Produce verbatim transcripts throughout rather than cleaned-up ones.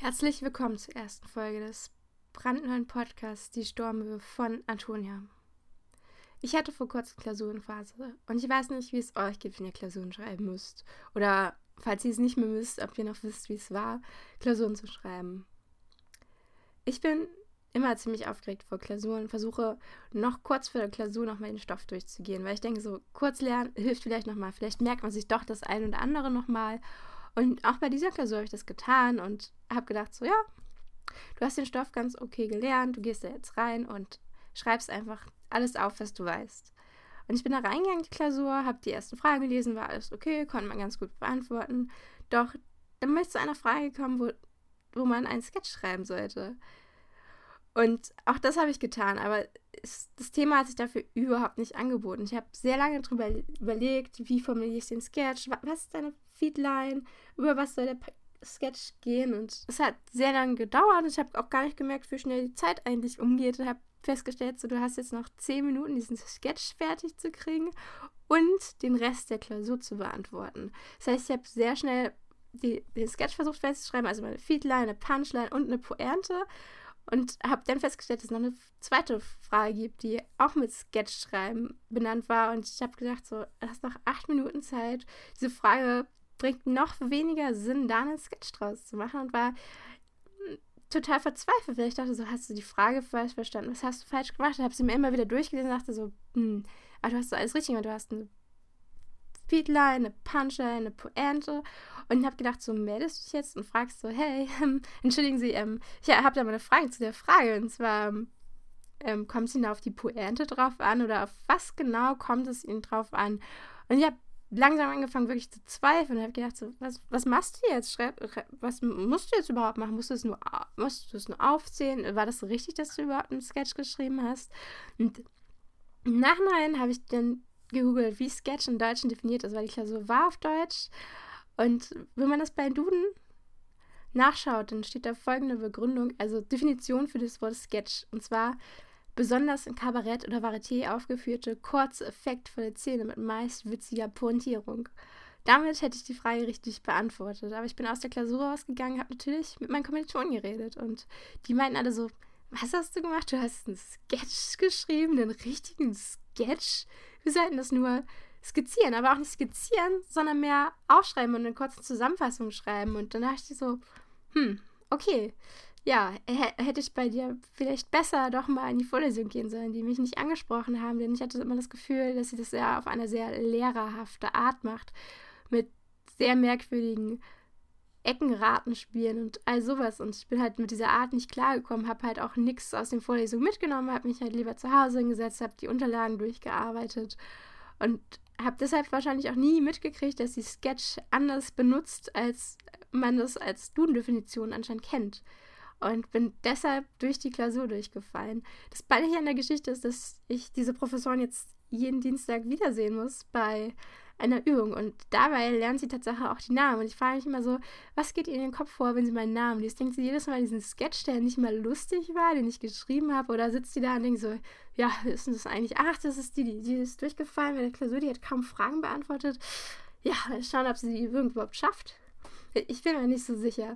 Herzlich willkommen zur ersten Folge des brandneuen Podcasts Die Sturmöwe von Antonia. Ich hatte vor kurzem Klausurenphase und ich weiß nicht, wie es euch geht, wenn ihr Klausuren schreiben müsst. Oder falls ihr es nicht mehr wisst, ob ihr noch wisst, wie es war, Klausuren zu schreiben. Ich bin immer ziemlich aufgeregt vor Klausuren, versuche noch kurz vor der Klausur nochmal den Stoff durchzugehen, weil ich denke, so kurz lernen hilft vielleicht nochmal. Vielleicht merkt man sich doch das ein oder andere nochmal. Und auch bei dieser Klausur habe ich das getan und habe gedacht, so ja, du hast den Stoff ganz okay gelernt, du gehst da jetzt rein und schreibst einfach alles auf, was du weißt. Und ich bin da reingegangen in die Klausur, habe die ersten Fragen gelesen, war alles okay, konnte man ganz gut beantworten. Doch dann bin ich zu einer Frage gekommen, wo, wo man einen Sketch schreiben sollte. Und auch das habe ich getan, aber es, das Thema hat sich dafür überhaupt nicht angeboten. Ich habe sehr lange darüber überlegt, wie formuliere ich den Sketch, was ist deine Feedline, über was soll der Sketch gehen. Und es hat sehr lange gedauert. Ich habe auch gar nicht gemerkt, wie schnell die Zeit eigentlich umgeht. Ich habe festgestellt, so, du hast jetzt noch zehn Minuten, diesen Sketch fertig zu kriegen und den Rest der Klausur zu beantworten. Das heißt, ich habe sehr schnell die, den Sketch versucht festzuschreiben, also meine Feedline, eine Punchline und eine Pointe. Und habe dann festgestellt, dass es noch eine zweite Frage gibt, die auch mit Sketch-Schreiben benannt war. Und ich habe gedacht, so, du hast noch acht Minuten Zeit. Diese Frage bringt noch weniger Sinn, da einen Sketch draus zu machen. Und war total verzweifelt, weil ich dachte, so, hast du die Frage falsch verstanden? Was hast du falsch gemacht? Ich habe sie mir immer wieder durchgelesen und dachte so, hm, aber du hast so alles richtig gemacht. Du hast eine Feedline, eine Punchline, eine Pointe. Und ich habe gedacht, so meldest du dich jetzt und fragst so, hey, ähm, entschuldigen Sie, ähm, ich habe da mal eine Frage zu der Frage. Und zwar, ähm, kommt es Ihnen auf die Pointe drauf an oder auf was genau kommt es Ihnen drauf an? Und ich habe langsam angefangen, wirklich zu zweifeln. Und habe gedacht, so, was, was machst du jetzt? Schreib, was musst du jetzt überhaupt machen? Musst du es nur, musst du es nur aufzählen? War das so richtig, dass du überhaupt einen Sketch geschrieben hast? Und im Nachhinein habe ich dann gegoogelt, wie Sketch im Deutschen definiert ist, weil die Klausur war auf Deutsch. Und wenn man das bei Duden nachschaut, dann steht da folgende Begründung, also Definition für das Wort Sketch. Und zwar besonders in Kabarett oder Varieté aufgeführte, kurze, effektvolle Szene mit meist witziger Pointierung. Damit hätte ich die Frage richtig beantwortet. Aber ich bin aus der Klausur rausgegangen, habe natürlich mit meinen Kommilitonen geredet. Und die meinten alle so, was hast du gemacht? Du hast einen Sketch geschrieben, einen richtigen Sketch? Wir sollten das nur skizzieren, aber auch nicht skizzieren, sondern mehr aufschreiben und eine kurze Zusammenfassung schreiben. Und dann dachte ich so, hm, okay, ja, h- hätte ich bei dir vielleicht besser doch mal in die Vorlesung gehen sollen, die mich nicht angesprochen haben, denn ich hatte immer das Gefühl, dass sie das ja auf eine sehr lehrerhafte Art macht, mit sehr merkwürdigen Eckenraten spielen und all sowas. Und ich bin halt mit dieser Art nicht klargekommen, habe halt auch nichts aus den Vorlesungen mitgenommen, habe mich halt lieber zu Hause hingesetzt, habe die Unterlagen durchgearbeitet und habe deshalb wahrscheinlich auch nie mitgekriegt, dass die Sketch anders benutzt, als man das als Duden-Definition anscheinend kennt. Und bin deshalb durch die Klausur durchgefallen. Das Peinliche an der Geschichte ist, dass ich diese Professoren jetzt jeden Dienstag wiedersehen muss bei einer Übung. Und dabei lernt sie tatsächlich auch die Namen. Und ich frage mich immer so, was geht ihr in den Kopf vor, wenn sie meinen Namen liest? Denkt sie jedes Mal an diesen Sketch, der nicht mal lustig war, den ich geschrieben habe? Oder sitzt sie da und denkt so, ja, ist das eigentlich? Ach, das ist die, die, die ist durchgefallen bei der Klausur, die hat kaum Fragen beantwortet. Ja, mal schauen, ob sie die Übung überhaupt schafft. Ich bin mir nicht so sicher.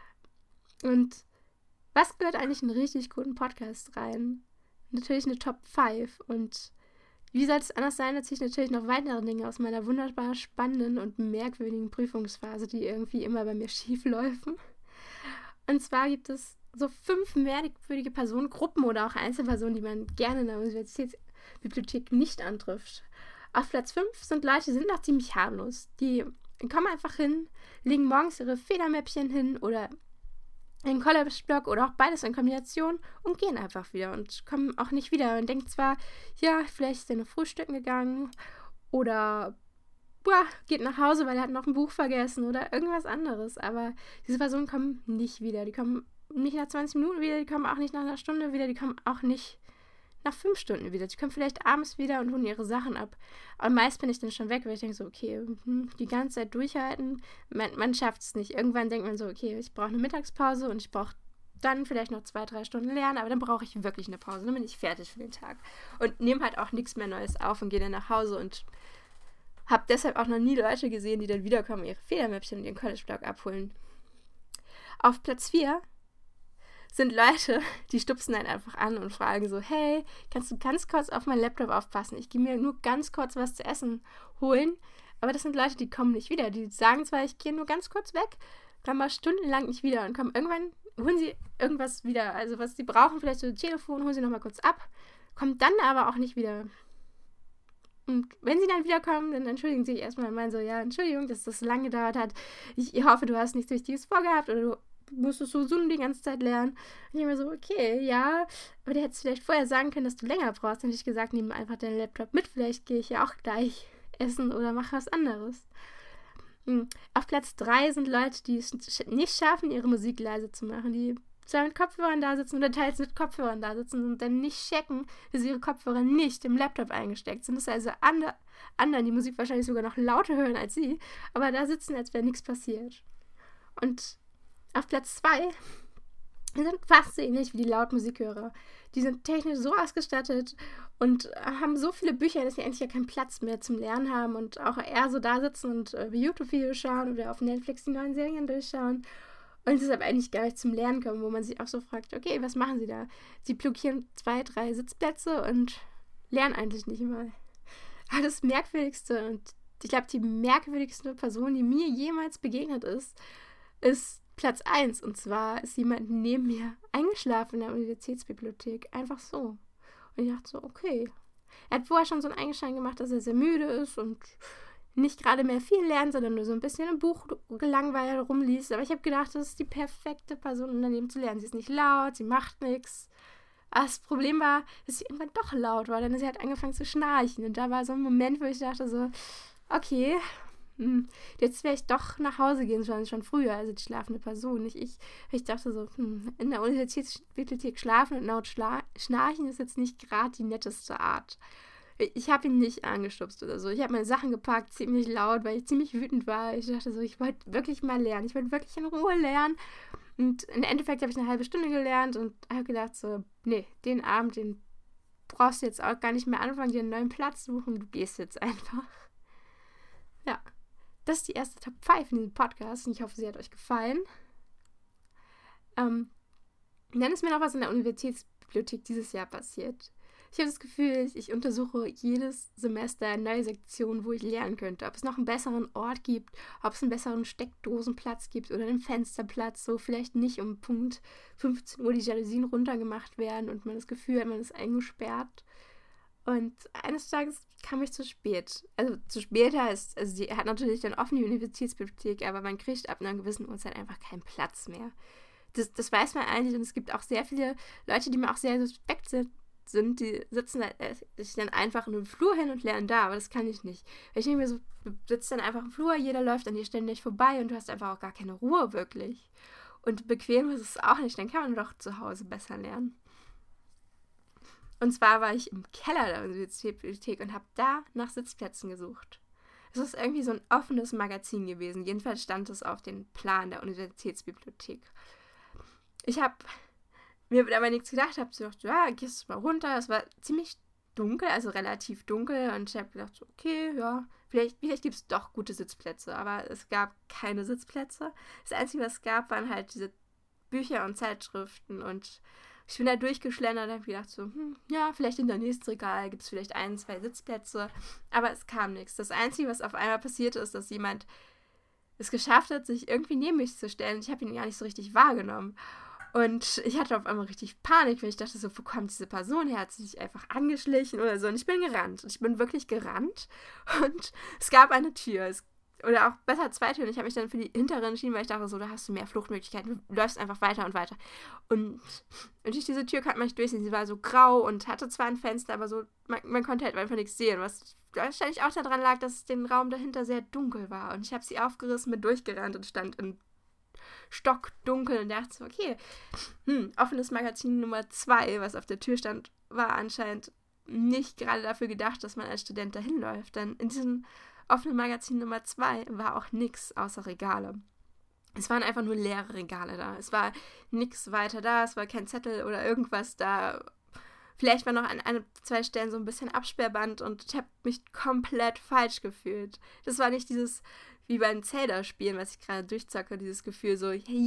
Und was gehört eigentlich in einen richtig guten Podcast rein? Natürlich eine Top fünf. Und wie soll es anders sein, als ich natürlich noch weitere Dinge aus meiner wunderbar spannenden und merkwürdigen Prüfungsphase, die irgendwie immer bei mir schief laufen. Und zwar gibt es so fünf merkwürdige Personengruppen oder auch Einzelpersonen, die man gerne in der Universitätsbibliothek nicht antrifft. Auf Platz fünf sind Leute, die sind noch ziemlich harmlos. Die kommen einfach hin, legen morgens ihre Federmäppchen hin oder einen College-Block oder auch beides in Kombination und gehen einfach wieder und kommen auch nicht wieder. Man denkt zwar, ja, vielleicht ist er noch frühstücken gegangen oder boah, geht nach Hause, weil er hat noch ein Buch vergessen oder irgendwas anderes, aber diese Personen kommen nicht wieder. Die kommen nicht nach zwanzig Minuten wieder, die kommen auch nicht nach einer Stunde wieder, die kommen auch nicht nach fünf Stunden wieder. Die kommen vielleicht abends wieder und holen ihre Sachen ab. Aber meist bin ich dann schon weg, weil ich denke so, okay, die ganze Zeit durchhalten, man, man schafft es nicht. Irgendwann denkt man so, okay, ich brauche eine Mittagspause und ich brauche dann vielleicht noch zwei, drei Stunden lernen, aber dann brauche ich wirklich eine Pause. Dann bin ich fertig für den Tag. Und nehme halt auch nichts mehr Neues auf und gehe dann nach Hause und habe deshalb auch noch nie Leute gesehen, die dann wiederkommen, ihre Federmäppchen und ihren College-Block abholen. Auf Platz vier sind Leute, die stupsen einen einfach an und fragen so, hey, kannst du ganz kurz auf meinen Laptop aufpassen? Ich gehe mir nur ganz kurz was zu essen holen. Aber das sind Leute, die kommen nicht wieder. Die sagen zwar, ich gehe nur ganz kurz weg, kommen mal stundenlang nicht wieder und kommen irgendwann, holen sie irgendwas wieder. Also was sie brauchen, vielleicht so ein Telefon, holen sie nochmal kurz ab, kommen dann aber auch nicht wieder. Und wenn sie dann wiederkommen, dann entschuldigen sie sich erstmal und meinen so, ja, Entschuldigung, dass das so lange gedauert hat. Ich hoffe, du hast nichts Wichtiges vorgehabt oder du musstest sowieso nur die ganze Zeit lernen. Und ich mir so, okay, ja, aber du hättest vielleicht vorher sagen können, dass du länger brauchst. Dann hätte ich gesagt, nimm einfach deinen Laptop mit, vielleicht gehe ich ja auch gleich essen oder mache was anderes. Hm. Auf Platz drei sind Leute, die es nicht schaffen, ihre Musik leise zu machen, die zwar mit Kopfhörern da sitzen oder teils mit Kopfhörern da sitzen und dann nicht checken, dass ihre Kopfhörer nicht im Laptop eingesteckt sind. Das heißt also andre, anderen die Musik wahrscheinlich sogar noch lauter hören als sie, aber da sitzen, als wäre nichts passiert. Und auf Platz zwei sind fast so ähnlich wie die Lautmusikhörer. Die sind technisch so ausgestattet und haben so viele Bücher, dass sie eigentlich ja keinen Platz mehr zum Lernen haben und auch eher so da sitzen und äh, YouTube-Videos schauen oder auf Netflix die neuen Serien durchschauen und deshalb eigentlich gar nicht zum Lernen kommen, wo man sich auch so fragt, okay, was machen sie da? Sie blockieren zwei, drei Sitzplätze und lernen eigentlich nicht mal. Aber das Merkwürdigste und ich glaube, die merkwürdigste Person, die mir jemals begegnet ist, ist Platz eins. Und zwar ist jemand neben mir eingeschlafen in der Universitätsbibliothek. Einfach so. Und ich dachte so, okay. Er hat vorher schon so einen Eingeschein gemacht, dass er sehr müde ist und nicht gerade mehr viel lernt, sondern nur so ein bisschen im Buch gelangweilt rumliest. Aber ich habe gedacht, das ist die perfekte Person, um daneben zu lernen. Sie ist nicht laut, sie macht nichts. Aber das Problem war, dass sie irgendwann doch laut war. Dann ist sie halt angefangen zu schnarchen. Und da war so ein Moment, wo ich dachte so, okay, hm, jetzt werde ich doch nach Hause gehen, schon, schon früher, also die schlafende Person, nicht ich. Ich dachte so, hm, in der Universitätsbibliothek schlafen und laut schla- schnarchen ist jetzt nicht gerade die netteste Art. Ich habe ihn nicht angestupst oder so. Ich habe meine Sachen gepackt, ziemlich laut, weil ich ziemlich wütend war. Ich dachte so, ich wollte wirklich mal lernen. Ich wollte wirklich in Ruhe lernen. Und im Endeffekt habe ich eine halbe Stunde gelernt und habe gedacht so, nee, den Abend, den brauchst du jetzt auch gar nicht mehr anfangen, dir einen neuen Platz suchen. Du gehst jetzt einfach. Ja, das ist die erste Top fünf in diesem Podcast und ich hoffe, sie hat euch gefallen. Ähm, dann ist mir noch was in der Universitätsbibliothek dieses Jahr passiert. Ich habe das Gefühl, ich untersuche jedes Semester eine neue Sektion, wo ich lernen könnte. Ob es noch einen besseren Ort gibt, ob es einen besseren Steckdosenplatz gibt oder einen Fensterplatz, so vielleicht nicht um Punkt fünfzehn Uhr die Jalousien runtergemacht werden und man das Gefühl hat, man ist eingesperrt. Und eines Tages kam ich zu spät. Also zu spät heißt, also sie hat natürlich dann offen die Universitätsbibliothek, aber man kriegt ab einer gewissen Uhrzeit einfach keinen Platz mehr. Das, das weiß man eigentlich und es gibt auch sehr viele Leute, die mir auch sehr suspekt sind, sind, die sitzen äh, sich dann einfach in den Flur hin und lernen da, aber das kann ich nicht. Weil ich denke mir so, du sitzt dann einfach im Flur, jeder läuft an dir ständig vorbei und du hast einfach auch gar keine Ruhe wirklich. Und bequem ist es auch nicht, dann kann man doch zu Hause besser lernen. Und zwar war ich im Keller der Universitätsbibliothek und habe da nach Sitzplätzen gesucht. Es ist irgendwie so ein offenes Magazin gewesen, jedenfalls stand es auf dem Plan der Universitätsbibliothek. Ich habe mir aber nichts gedacht, habe gedacht, ja, gehst du mal runter. Es war ziemlich dunkel, also relativ dunkel. Und ich habe gedacht, so, okay, ja, vielleicht, vielleicht gibt es doch gute Sitzplätze. Aber es gab keine Sitzplätze. Das Einzige, was es gab, waren halt diese Bücher und Zeitschriften. Und ich bin da durchgeschlendert und habe gedacht, so, hm, ja, vielleicht in der nächsten Regal gibt es vielleicht ein, zwei Sitzplätze. Aber es kam nichts. Das Einzige, was auf einmal passiert ist, dass jemand es geschafft hat, sich irgendwie neben mich zu stellen. Ich habe ihn gar nicht so richtig wahrgenommen. Und ich hatte auf einmal richtig Panik, weil ich dachte so, wo kommt diese Person her? Hat sie sich einfach angeschlichen oder so? Und ich bin gerannt. Und ich bin wirklich gerannt. Und es gab eine Tür. Es, oder auch besser zwei Türen. Ich habe mich dann für die hintere entschieden, weil ich dachte so, da hast du mehr Fluchtmöglichkeiten. Du läufst einfach weiter und weiter. Und, und durch diese Tür konnte man nicht durchsehen. Sie war so grau und hatte zwar ein Fenster, aber so man, man konnte halt einfach nichts sehen. Was wahrscheinlich auch daran lag, dass den Raum dahinter sehr dunkel war. Und ich habe sie aufgerissen, bin durchgerannt und stand in stockdunkel und dachte so, okay, hm, offenes Magazin Nummer zwei, was auf der Tür stand, war anscheinend nicht gerade dafür gedacht, dass man als Student dahin läuft. Denn in diesem offenen Magazin Nummer zwei war auch nichts außer Regale. Es waren einfach nur leere Regale da. Es war nichts weiter da, es war kein Zettel oder irgendwas da. Vielleicht war noch an ein, zwei Stellen so ein bisschen Absperrband und ich habe mich komplett falsch gefühlt. Das war nicht dieses wie beim Zelda-Spielen, was ich gerade durchzocke, dieses Gefühl so, ja, yeah,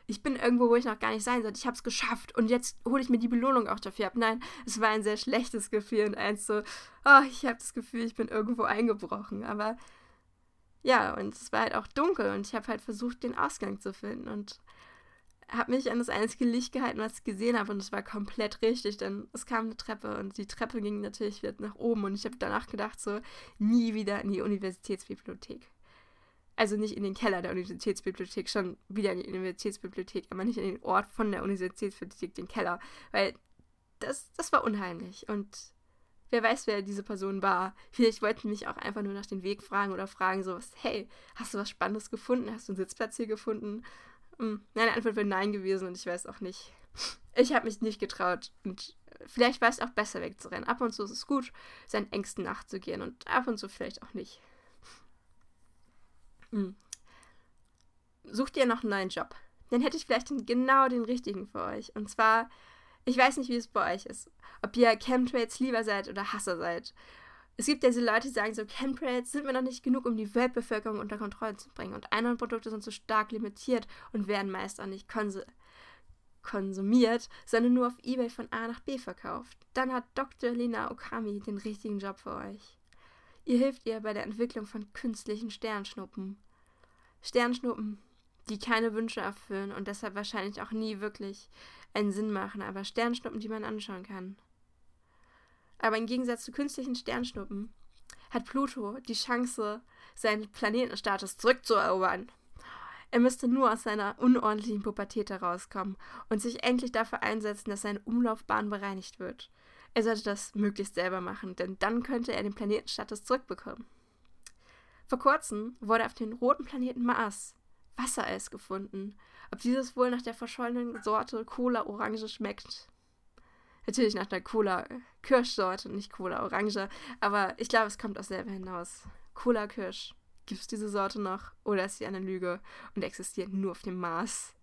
ich bin irgendwo, wo ich noch gar nicht sein sollte. Ich habe es geschafft und jetzt hole ich mir die Belohnung auch dafür ab. Nein, es war ein sehr schlechtes Gefühl und eins so, oh, ich habe das Gefühl, ich bin irgendwo eingebrochen. Aber ja, und es war halt auch dunkel und ich habe halt versucht, den Ausgang zu finden und habe mich an das einzige Licht gehalten, was ich gesehen habe, und es war komplett richtig, denn es kam eine Treppe und die Treppe ging natürlich wieder nach oben und ich habe danach gedacht, so, nie wieder in die Universitätsbibliothek. Also nicht in den Keller der Universitätsbibliothek, schon wieder in die Universitätsbibliothek, aber nicht in den Ort von der Universitätsbibliothek, den Keller, weil das, das war unheimlich und wer weiß, wer diese Person war. Vielleicht wollten mich auch einfach nur nach dem Weg fragen oder fragen so, hey, hast du was Spannendes gefunden? Hast du einen Sitzplatz hier gefunden? Meine Antwort wäre nein gewesen und ich weiß auch nicht. Ich habe mich nicht getraut und vielleicht war es auch besser wegzurennen. Ab und zu ist es gut, seinen Ängsten nachzugehen und ab und zu vielleicht auch nicht. Hm. Sucht ihr noch einen neuen Job? Dann hätte ich vielleicht genau den richtigen für euch. Und zwar, ich weiß nicht, wie es bei euch ist. Ob ihr Chemtrails lieber seid oder Hasser seid. Es gibt ja diese Leute, die sagen so, Chemtrails sind mir noch nicht genug, um die Weltbevölkerung unter Kontrolle zu bringen. Und Einhornprodukte sind so stark limitiert und werden meist auch nicht kons- konsumiert, sondern nur auf eBay von A nach B verkauft. Dann hat Doktor Lina Okami den richtigen Job für euch. Ihr hilft ihr bei der Entwicklung von künstlichen Sternschnuppen. Sternschnuppen, die keine Wünsche erfüllen und deshalb wahrscheinlich auch nie wirklich einen Sinn machen, aber Sternschnuppen, die man anschauen kann. Aber im Gegensatz zu künstlichen Sternschnuppen hat Pluto die Chance, seinen Planetenstatus zurückzuerobern. Er müsste nur aus seiner unordentlichen Pubertät herauskommen und sich endlich dafür einsetzen, dass seine Umlaufbahn bereinigt wird. Er sollte das möglichst selber machen, denn dann könnte er den Planetenstatus zurückbekommen. Vor kurzem wurde auf dem roten Planeten Mars Wassereis gefunden. Ob dieses wohl nach der verschollenen Sorte Cola-Orange schmeckt? Natürlich nach der Cola-Kirschsorte und nicht Cola-Orange, aber ich glaube, es kommt auch selber hinaus. Cola-Kirsch. Gibt es diese Sorte noch? Oder ist sie eine Lüge und existiert nur auf dem Mars?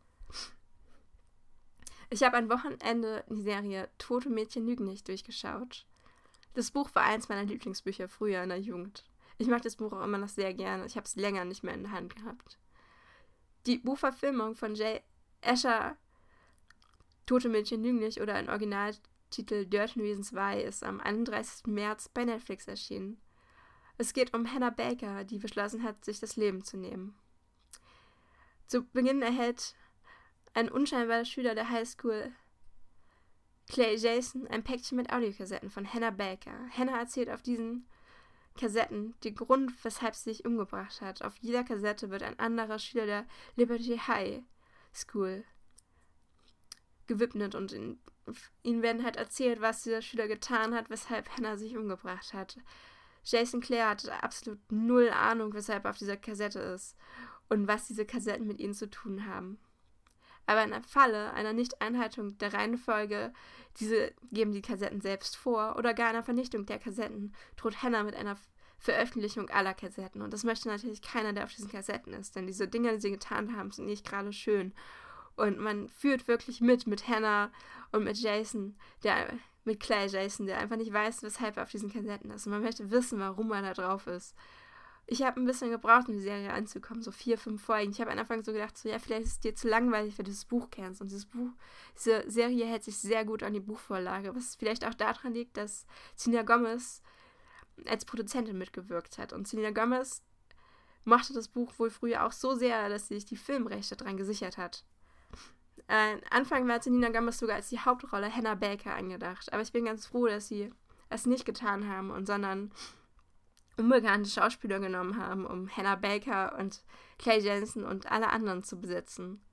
Ich habe ein Wochenende die Serie Tote Mädchen lügen nicht durchgeschaut. Das Buch war eins meiner Lieblingsbücher früher in der Jugend. Ich mag das Buch auch immer noch sehr gerne. Ich habe es länger nicht mehr in der Hand gehabt. Die Buchverfilmung von Jay Escher, Tote Mädchen lügen nicht, oder ein Originaltitel Dirty Reason zwei, ist am einunddreißigsten März bei Netflix erschienen. Es geht um Hannah Baker, die beschlossen hat, sich das Leben zu nehmen. Zu Beginn erhält ein unscheinbarer Schüler der Highschool, Clay Jason, ein Päckchen mit Audiokassetten von Hannah Baker. Hannah erzählt auf diesen Kassetten den Grund, weshalb sie sich umgebracht hat. Auf jeder Kassette wird ein anderer Schüler der Liberty High School gewidmet und in, ihnen werden halt erzählt, was dieser Schüler getan hat, weshalb Hannah sich umgebracht hat. Jason Clare hat absolut null Ahnung, weshalb er auf dieser Kassette ist und was diese Kassetten mit ihnen zu tun haben. Aber in einem Falle einer Nicht-Einhaltung der Reihenfolge, diese geben die Kassetten selbst vor, oder gar einer Vernichtung der Kassetten, droht Hannah mit einer Veröffentlichung aller Kassetten. Und das möchte natürlich keiner, der auf diesen Kassetten ist, denn diese Dinge, die sie getan haben, sind nicht gerade schön. Und man führt wirklich mit, mit Hannah und mit Jason, der, mit Clay Jason, der einfach nicht weiß, weshalb er auf diesen Kassetten ist. Und man möchte wissen, warum er da drauf ist. Ich habe ein bisschen gebraucht, um die Serie anzukommen, so vier, fünf Folgen. Ich habe am Anfang so gedacht, so ja, vielleicht ist es dir zu langweilig, wenn du dieses Buch kennst. Und dieses Buch, diese Serie hält sich sehr gut an die Buchvorlage, was vielleicht auch daran liegt, dass Selena Gomez als Produzentin mitgewirkt hat. Und Selena Gomez mochte das Buch wohl früher auch so sehr, dass sie sich die Filmrechte dran gesichert hat. Äh, Anfang war Selena Gomez sogar als die Hauptrolle Hannah Baker angedacht. Aber ich bin ganz froh, dass sie es nicht getan haben, und sondern unbekannte Schauspieler genommen haben, um Hannah Baker und Clay Jensen und alle anderen zu besetzen.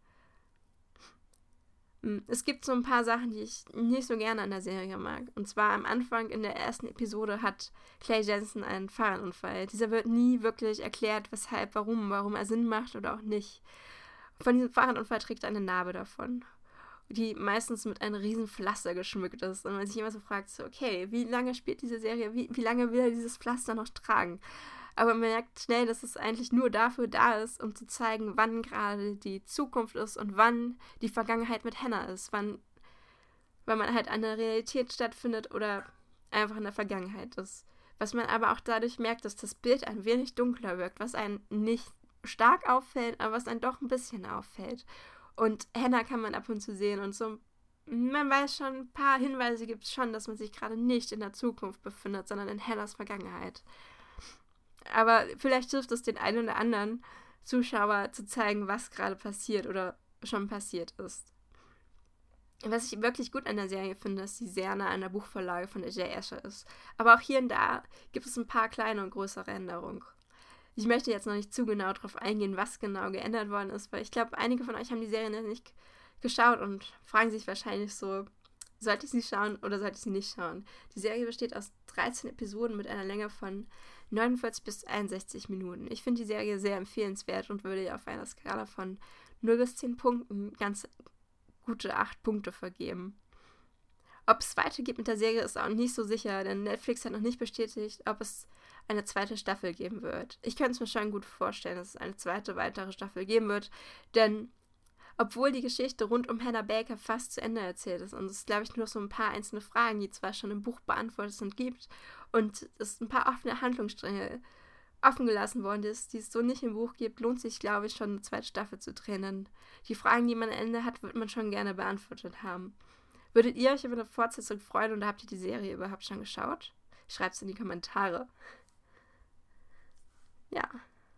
Es gibt so ein paar Sachen, die ich nicht so gerne an der Serie mag. Und zwar am Anfang in der ersten Episode hat Clay Jensen einen Fahrradunfall. Dieser wird nie wirklich erklärt, weshalb, warum, warum er Sinn macht oder auch nicht. Von diesem Fahrradunfall trägt er eine Narbe davon, die meistens mit einem riesen Pflaster geschmückt ist. Und man sich immer so fragt, so, okay, wie lange spielt diese Serie, wie, wie lange will er dieses Pflaster noch tragen? Aber man merkt schnell, dass es eigentlich nur dafür da ist, um zu zeigen, wann gerade die Zukunft ist und wann die Vergangenheit mit Hannah ist. Wann, wann man halt an der Realität stattfindet oder einfach in der Vergangenheit ist. Was man aber auch dadurch merkt, dass das Bild ein wenig dunkler wirkt, was einen nicht stark auffällt, aber was einen doch ein bisschen auffällt. Und Hannah kann man ab und zu sehen und so. Man weiß schon, ein paar Hinweise gibt es schon, dass man sich gerade nicht in der Zukunft befindet, sondern in Hannahs Vergangenheit. Aber vielleicht hilft es den einen oder anderen Zuschauer zu zeigen, was gerade passiert oder schon passiert ist. Was ich wirklich gut an der Serie finde, ist, dass sie sehr nah an der Buchvorlage von J. Asher ist. Aber auch hier und da gibt es ein paar kleine und größere Änderungen. Ich möchte jetzt noch nicht zu genau darauf eingehen, was genau geändert worden ist, weil ich glaube, einige von euch haben die Serie noch nicht geschaut und fragen sich wahrscheinlich so, sollte ich sie schauen oder sollte ich sie nicht schauen? Die Serie besteht aus dreizehn Episoden mit einer Länge von neunundvierzig bis einundsechzig Minuten. Ich finde die Serie sehr empfehlenswert und würde ihr auf einer Skala von null bis zehn Punkten ganz gute acht Punkte vergeben. Ob es weitergeht mit der Serie, ist auch nicht so sicher, denn Netflix hat noch nicht bestätigt, ob es eine zweite Staffel geben wird. Ich könnte es mir schon gut vorstellen, dass es eine zweite, weitere Staffel geben wird, denn obwohl die Geschichte rund um Hannah Baker fast zu Ende erzählt ist und es, glaube ich, nur so ein paar einzelne Fragen, die zwar schon im Buch beantwortet sind, gibt und es ein paar offene Handlungsstränge offen gelassen worden ist, die es so nicht im Buch gibt, lohnt sich, glaube ich, schon eine zweite Staffel zu drehen, denn die Fragen, die man am Ende hat, wird man schon gerne beantwortet haben. Würdet ihr euch über eine Fortsetzung freuen oder habt ihr die Serie überhaupt schon geschaut? Schreibt es in die Kommentare. Ja.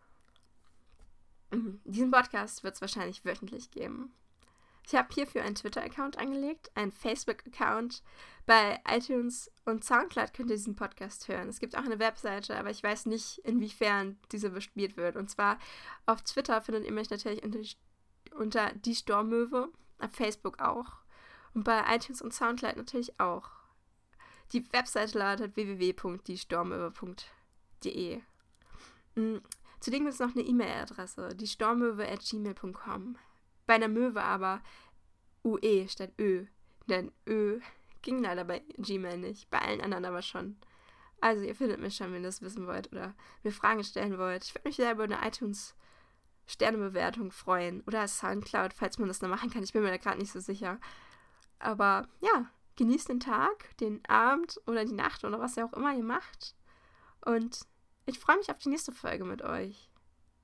Diesen Podcast wird es wahrscheinlich wöchentlich geben. Ich habe hierfür einen Twitter-Account angelegt, einen Facebook-Account. Bei iTunes und Soundcloud könnt ihr diesen Podcast hören. Es gibt auch eine Webseite, aber ich weiß nicht, inwiefern diese bespielt wird. Und zwar auf Twitter findet ihr mich natürlich unter die, unter die Stormöwe, auf Facebook auch. Und bei iTunes und Soundcloud natürlich auch. Die Webseite lautet w w w punkt die stormöwe punkt d e. Mhm. Zudem gibt es noch eine E-Mail-Adresse, die stormöwe at gmail punkt com. Bei einer Möwe aber U E statt Ö, denn Ö ging leider bei Gmail nicht, bei allen anderen aber schon. Also ihr findet mich schon, wenn ihr das wissen wollt oder mir Fragen stellen wollt. Ich würde mich sehr über eine iTunes-Sternebewertung freuen oder Soundcloud, falls man das noch machen kann. Ich bin mir da gerade nicht so sicher. Aber ja, genießt den Tag, den Abend oder die Nacht oder was ihr auch immer ihr macht. Und ich freue mich auf die nächste Folge mit euch.